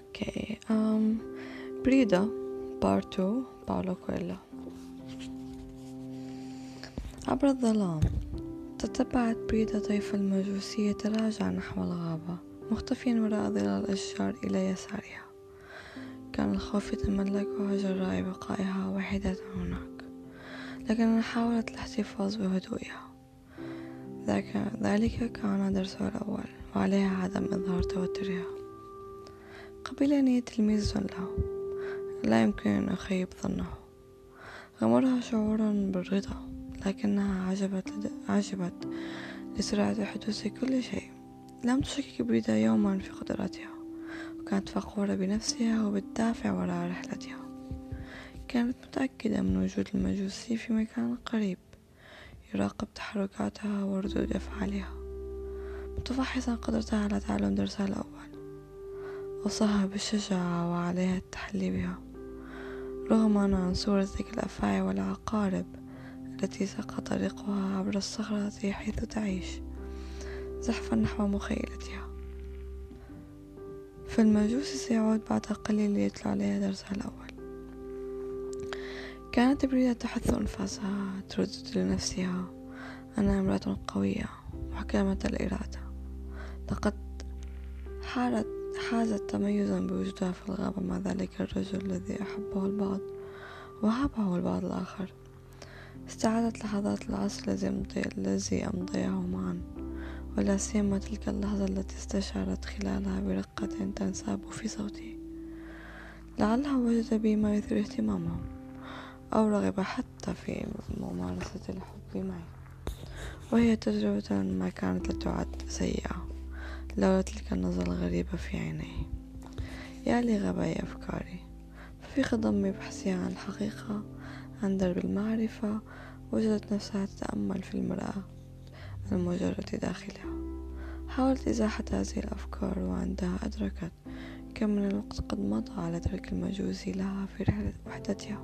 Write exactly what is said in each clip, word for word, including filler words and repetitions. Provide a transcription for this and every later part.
اوكي أم بريدة بارت تو باولو كويلو. عبر الظلام تتبعت بريدة طيف المجوسية تراجع نحو الغابة مختفيا وراء ظلال الأشجار إلى يسارها. كان الخوف يتملكها جراء بقائها وحيدة هناك، لكنها حاولت الاحتفاظ بهدوئها. ذلك كان درسها الأول، وعليها عدم إظهار توترها. قبل أن تلميذ له لا يمكن أن أخيب ظنه. غمرها شعورا بالرضا، لكنها عجبت, لد... عجبت لسرعة حدوث كل شيء. لم تشكك بريدة يوما في قدراتها، وكانت فخورة بنفسها وبالدافع وراء رحلتها. كانت متأكدة من وجود المجوسي في مكان قريب يراقب تحركاتها وردود أفعالها، متفحصا قدرتها على تعلم درسها الأول. وصاها بالشجاعة وعليها التحلي بها، رغم أن صورة تلك الأفاعي والعقارب التي سقى طريقها عبر الصخرة حيث تعيش زحفا نحو مخيلتها. فالمجوس سيعود بعد قليل ليتلو عليها درسها الأول. كانت بريدة تحث أنفاسها، تردد لنفسها أنها امرأة قوية محكمة الإرادة، لقد حارت حازت تميزا بوجودها في الغابة مع ذلك الرجل الذي أحبه البعض وهابه البعض الآخر. استعادت لحظات العصر الذي أمضي الذي أمضيه معا، ولا سيما تلك اللحظة التي استشعرت خلالها برقة تنساب في صوته. لعله وجد بي ما يثير اهتمامه، أو رغب حتى في ممارسة الحب معي، وهي تجربة ما كانت لتعد سيئة لولا تلك النظرة الغريبة في عينيه. يا لغباء أفكاري. ففي خضم بحثها عن الحقيقة عن درب المعرفة وجدت نفسها تتأمل في المرآة المجرد داخلها. حاولت إزاحة هذه الأفكار، وعندها أدركت كم من الوقت قد مضى على ترك المجوسي لها في رحلة وحدتها.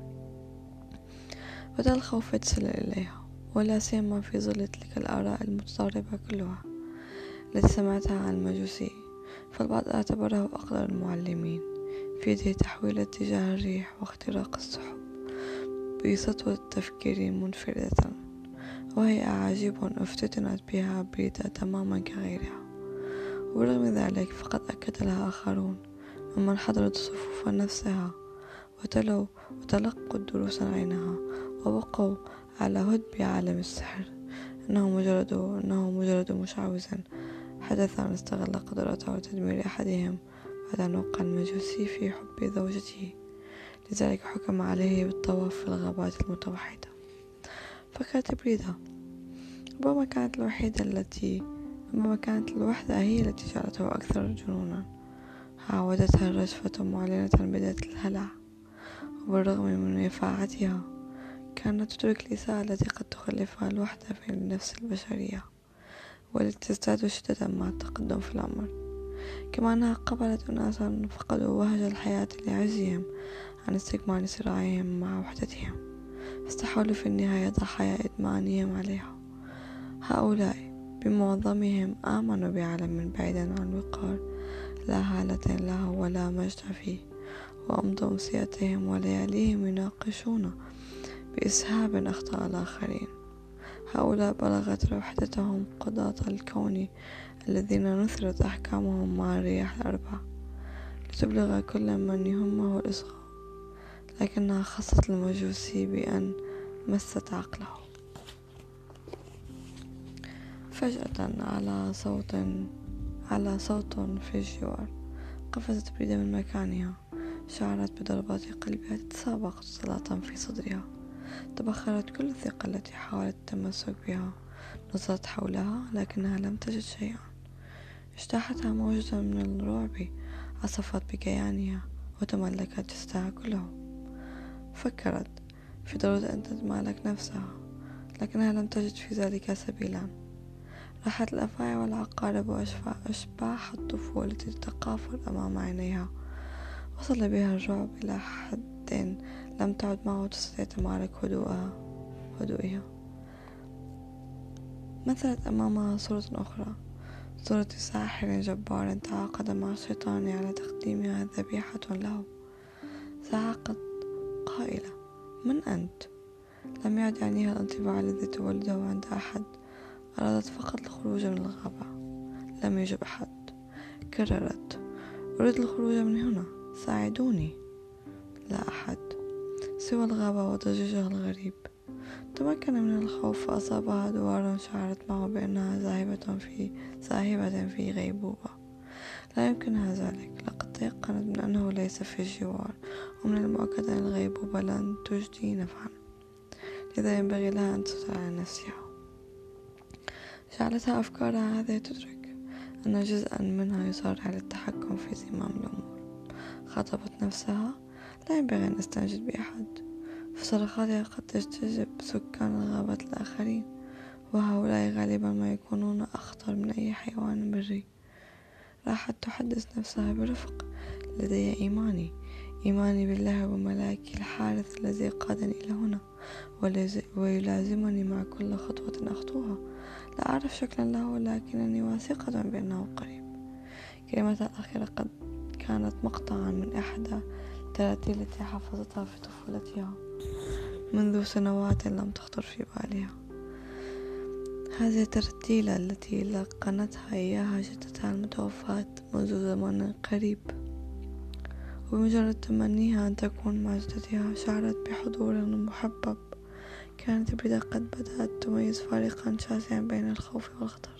بدأ الخوف يتسلل إليها، ولا سيما في ظل تلك الآراء المتضاربة كلها التي سمعتها عن المجوسي. فالبعض اعتبره أقدر المعلمين، في يده تحويل اتجاه الريح واختراق السحب بسطوة التفكير منفردة، وهي أعاجيب افتتنت بها بريدة تماما كغيرها. ورغم ذلك فقد أكد لها آخرون ممن حضرت صفوف نفسها وتلو وتلقوا الدروس عينها وبقوا على هد بعالم السحر أنه مجرد أنه مجرد مشعوذ حدث أن استغل قدرته لتدمير أحدهم بعد أن وقع المجوسي في حب زوجته. لذلك حكم عليه بالطواف في الغابات المتوحدة. فكانت بريدة ربما كانت الوحيدة التي ربما كانت الوحدة هي التي جعلته أكثر جنونا. عاودتها الرجفة معلنة بداية الهلع، وبالرغم من نفاعتها كانت تدرك الإساءة التي قد تخلفها الوحدة في النفس البشرية، والتي تزداد شدة مع التقدم في العمر. كما أنها قبلت أناسا فقدوا وهج الحياة لعجزهم عن استكمال صراعهم مع وحدتهم، استحولوا في النهاية ضحايا إدمانهم عليها. هؤلاء بمعظمهم آمنوا بعالم بعيدا عن الوقار، لا هالة له ولا مجد فيه، وأمضوا أمسيتهم ولياليهم يناقشون بإسهاب أخطاء الآخرين. هؤلاء بلغت روحدتهم قضاة الكون الذين نثرت أحكامهم مع الرياح الأربع لتبلغ كل من يهمه الإصغاء، لكنها خصت المجوسي بأن مست عقله. فجأة على صوت على صوت في الجوار قفزت بريدة من مكانها. شعرت بضربات قلبها تتسابق صلاة في صدرها. تبخرت كل الثقة التي حاولت التمسك بها. نظرت حولها لكنها لم تجد شيئا. اجتاحتها موجة من الرعب عصفت بكيانها وتملكت جسدها كله. فكرت في ضرورة أن تتمالك نفسها، لكنها لم تجد في ذلك سبيلا. راحت الأفاعي والعقارب وأشباح الطفولة تتقافل أمام عينيها. وصل بها الرعب إلى حد لم تعد معه تستطيع تمالك هدوءها هدوئها. مثلت أمامها صورة أخرى، صورة ساحر جبار تعاقد مع الشيطان على تقديمها ذبيحة له. صعقت قائلة: من أنت؟ لم يعد يعنيها الانطباع الذي تولده عند أحد، أرادت فقط الخروج من الغابة. لم يجب أحد. كررت: أريد الخروج من هنا، ساعدوني. لا أحد سوى الغابة وضجيجها الغريب. تمكن من الخوف فأصابها دوار، شعرت معه بأنها ذاهبة في ذاهبة في غيبوبة. لا يمكنها ذلك، لقد تيقنت من أنه ليس في الجوار، ومن المؤكد أن الغيبوبة لن تجدي نفعا، لذا ينبغي لها أن تسيطر على نفسها. جعلتها أفكارها هذه تدرك أن جزءا منها يسارع للتحكم في زمام الأمور. خاطبت نفسها: لا ينبغي أن أستنجد بأحد، فصرخاتها قد تجتذب سكان الغابة الآخرين، وهؤلاء غالبا ما يكونون أخطر من أي حيوان بري. راحت تحدث نفسها برفق: لدي إيماني إيماني بالله وملاكي الحارس الذي قادني إلى هنا ويلازمني مع كل خطوة أخطوها. لا أعرف شكلا له، ولكنني واثقة بأنه قريب. كلمتها الأخيرة قد كانت مقطعا من إحدى التراتيل التي حفظتها في طفولتها منذ سنوات لم تخطر في بالها. هذه الترتيلة التي لقنتها إياها جدتها المتوفاة منذ زمن قريب، وبمجرد تمنيها أن تكون مع جدتها شعرت بحضور محبب. كانت بريدة قد بدأت تميز فارقا شاسعا بين الخوف والخطر.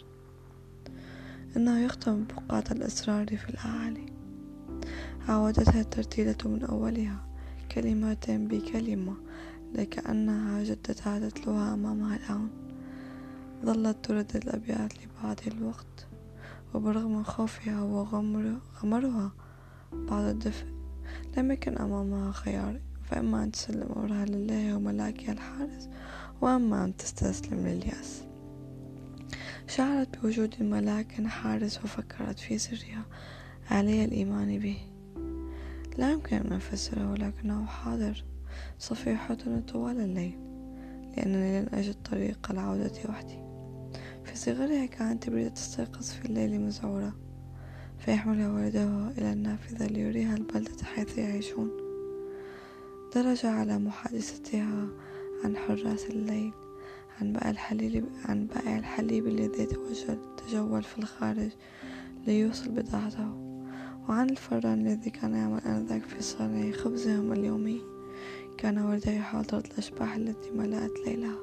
إنه يختم بقعة الأسرار في الأعالي. عاودتها الترتيلة من أولها كلمات بكلمة، لكأنها جدتها تتلوها أمامها الآن. ظلت تردد الأبيات لبعض الوقت، وبرغم من خوفها وغمرها بعض الدفء لم يكن أمامها خيار، فإما أن تسلم أمرها لله وملاكها الحارس، وأما أن تستسلم لليأس. شعرت بوجود الملاك حارس، وفكرت في سرها: علي الإيمان به. لا يمكن أن أفسره، ولكنه حاضر صفيحة طوال الليل، لأنني لن أجد طريق العودة وحدي. في صغرها كانت بريدة تستيقظ في الليل مذعورة، فيحملها والدها إلى النافذة ليريها البلدة حيث يعيشون. درج على محادثتها عن حراس الليل، عن بائع الحليب, عن بائع الحليب الذي تجول في الخارج ليوصل بضاعته، وعن الفران الذي كان يعمل آنذاك في صنع خبزهم اليومي. كان والدها يحاول طرد الأشباح التي ملأت ليلها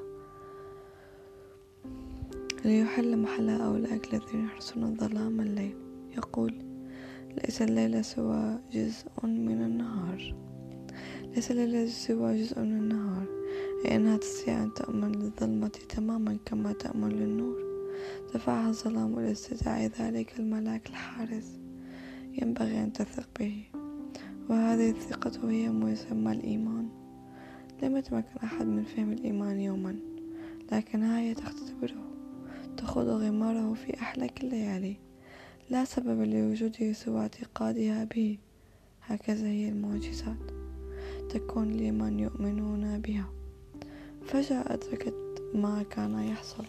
ليحل محلها أولئك الذين يحرسون ظلام الليل. يقول: ليس الليل سوى جزء من النهار ليس الليل سوى جزء من النهار أي أنها تستطيع أن تأمن للظلمة تماما كما تأمن للنور. دفعها الظلام لاستدعاء ذلك الملاك الحارس. ينبغي أن تثق به، وهذه الثقة هي ما يسمى الإيمان. لم يتمكن أحد من فهم الإيمان يوما، لكنها هي تختبره، تخوض غماره في أحلك الليالي. لا سبب لوجوده سوى اعتقادها به. هكذا هي المعجزات، تكون لمن يؤمنون بها. فجأة أدركت ما كان يحصل.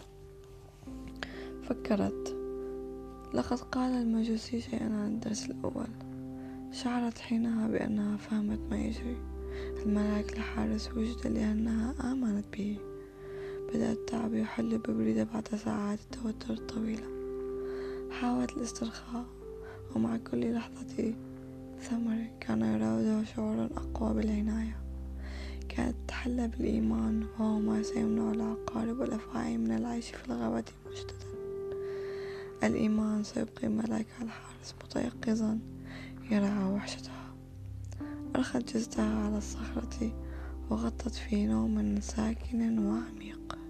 فكرت: لقد قال المجوسي شيئا عن الدرس الأول. شعرت حينها بأنها فهمت ما يجري. الملاك الحارس وجد لأنها آمنت به. بدأ التعب يحل ببريدة بعد ساعات التوتر الطويلة. حاولت الاسترخاء، ومع كل لحظة ثمر كان يراودها شعور أقوى بالعناية. كانت تتحلى بالإيمان، وهو ما سيمنع العقارب والأفاعي من العيش في الغابة مجددا. الإيمان سيبقي ملاكها الحارس متيقظا يرعى وحشتها. أرخت جثتها على الصخرة وغطت في نوم ساكن وعميق.